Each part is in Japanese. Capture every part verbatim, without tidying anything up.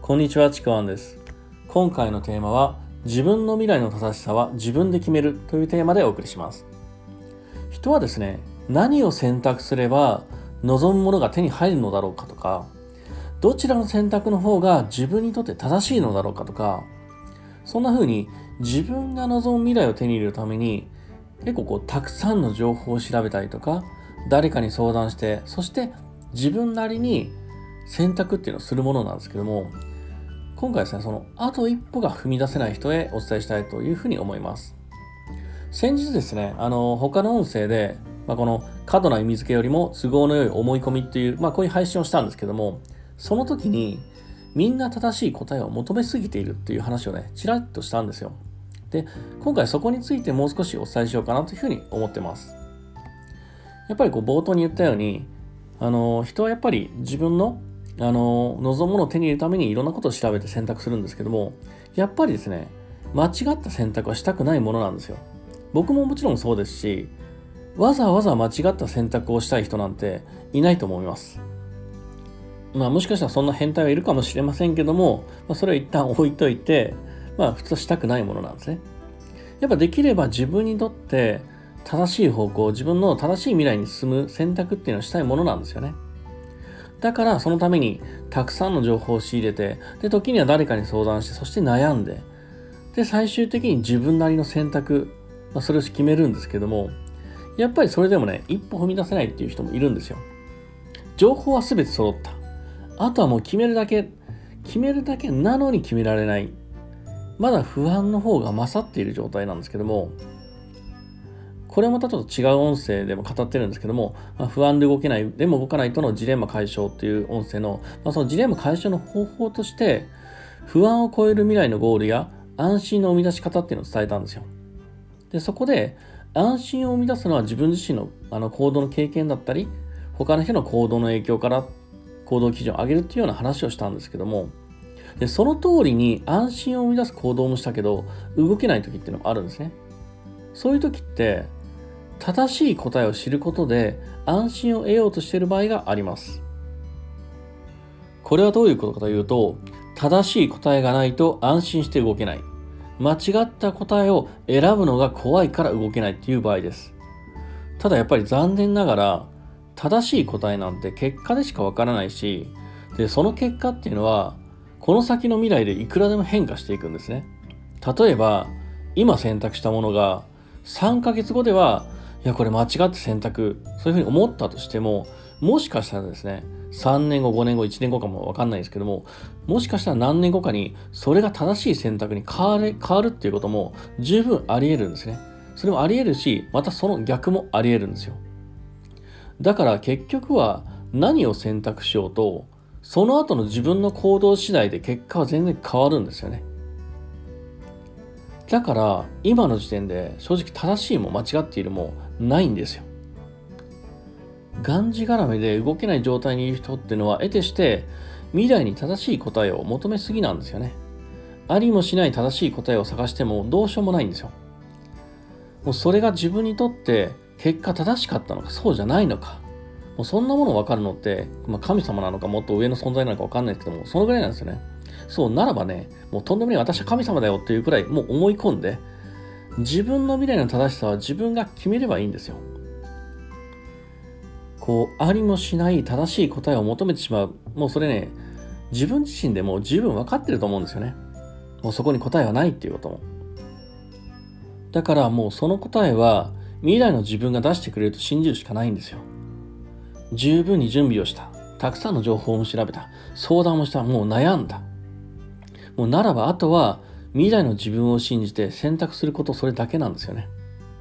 こんにちは、ちくわんです。今回のテーマは、自分の未来の正しさは自分で決めるというテーマでお送りします。人はですね、何を選択すれば望むものが手に入るのだろうかとか、どちらの選択の方が自分にとって正しいのだろうかとか、そんな風に自分が望む未来を手に入れるために、結構こうたくさんの情報を調べたりとか、誰かに相談して、そして自分なりに選択っていうのをするものなんですけども、今回ですね、そのあと一歩が踏み出せない人へお伝えしたいというふうに思います。先日ですね、あの他の音声で、まあ、この過度な意味付けよりも都合の良い思い込みっていう、まあ、こういう配信をしたんですけども、その時にみんな正しい答えを求めすぎているっていう話をね、ちらっとしたんですよ。で、今回そこについてもう少しお伝えしようかなというふうに思ってます。やっぱりこう冒頭に言ったように、あの人はやっぱり自分のあの望むものを手に入れるためにいろんなことを調べて選択するんですけども、やっぱりですね、間違った選択はしたくないものなんですよ。僕ももちろんそうですし、わざわざ間違った選択をしたい人なんていないと思います。まあもしかしたらそんな変態はいるかもしれませんけども、まあ、それは一旦置いといて、まあ普通はしたくないものなんですね。やっぱできれば自分にとって正しい方向、自分の正しい未来に進む選択っていうのをしたいものなんですよね。だからそのためにたくさんの情報を仕入れて、で時には誰かに相談して、そして悩んで、で最終的に自分なりの選択、まあ、それを決めるんですけども、やっぱりそれでもね、一歩踏み出せないっていう人もいるんですよ。情報は全て揃った。あとはもう決めるだけ、決めるだけなのに決められない。まだ不安の方が勝っている状態なんですけども、これもまたちょっと違う音声でも語ってるんですけども、まあ、不安で動けない、でも動かないとのジレンマ解消っていう音声の、まあ、そのジレンマ解消の方法として、不安を超える未来のゴールや安心の生み出し方っていうのを伝えたんですよ。で、そこで安心を生み出すのは自分自身の、あの行動の経験だったり、他の人の行動の影響から行動基準を上げるっていうような話をしたんですけども、でその通りに安心を生み出す行動もしたけど、動けない時っていうのもあるんですね。そういう時って、正しい答えを知ることで安心を得ようとしている場合があります。これはどういうことかというと、正しい答えがないと安心して動けない。間違った答えを選ぶのが怖いから動けないっていう場合です。ただやっぱり残念ながら、正しい答えなんて結果でしかわからないし、でその結果っていうのはこの先の未来でいくらでも変化していくんですね。例えば今選択したものがさんかげつごでは、いやこれ間違って選択、そういうふうに思ったとしても、もしかしたらですね、さんねんご、ごねんご、いちねんごかもわかんないですけども、もしかしたら何年後かにそれが正しい選択に変わる、変わるっていうことも十分あり得るんですね。それもあり得るし、またその逆もあり得るんですよ。だから結局は何を選択しようと、その後の自分の行動次第で結果は全然変わるんですよね。だから今の時点で正直正しいも間違っているもないんですよ。がんじがらめで動けない状態にいる人っていうのは、得てして未来に正しい答えを求めすぎなんですよね。ありもしない正しい答えを探してもどうしようもないんですよ。もうそれが自分にとって結果正しかったのか、そうじゃないのか、もうそんなもの分かるのって、まあ、神様なのかもっと上の存在なのか分かんないですけども、そのぐらいなんですよね。そうならばね、もうとんでもない、私は神様だよっていうくらいもう思い込んで、自分の未来の正しさは自分が決めればいいんですよ。こうありもしない正しい答えを求めてしまう、もうそれね、自分自身でもう十分分かってると思うんですよね。もうそこに答えはないっていうことも。だからもうその答えは未来の自分が出してくれると信じるしかないんですよ。十分に準備をした、たくさんの情報も調べた、相談もした、もう悩んだ、もうならばあとは未来の自分を信じて選択すること、それだけなんですよね。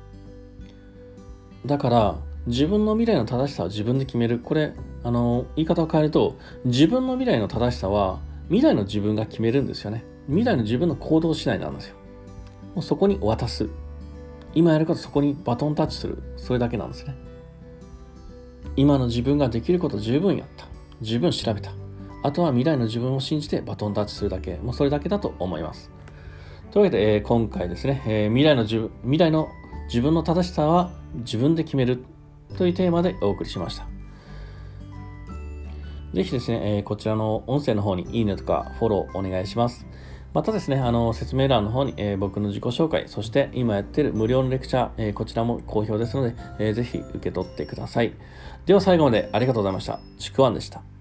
だから自分の未来の正しさは自分で決める。これあの言い方を変えると、自分の未来の正しさは未来の自分が決めるんですよね。未来の自分の行動次第なんですよ。もうそこに渡す、今やること、そこにバトンタッチする、それだけなんですね。今の自分ができること十分やった、十分調べた、あとは未来の自分を信じてバトンタッチするだけ、もうそれだけだと思います。というわけで、えー、今回ですね、えー、未来の自分未来の自分の正しさは自分で決めるというテーマでお送りしました。 ぜひですね、えー、こちらの音声の方にいいねとかフォローお願いします。またですね、あの説明欄の方に、えー、僕の自己紹介、そして今やっている無料のレクチャー、えー、こちらも好評ですので、えー、ぜひ受け取ってください。では最後までありがとうございました。ちくわんでした。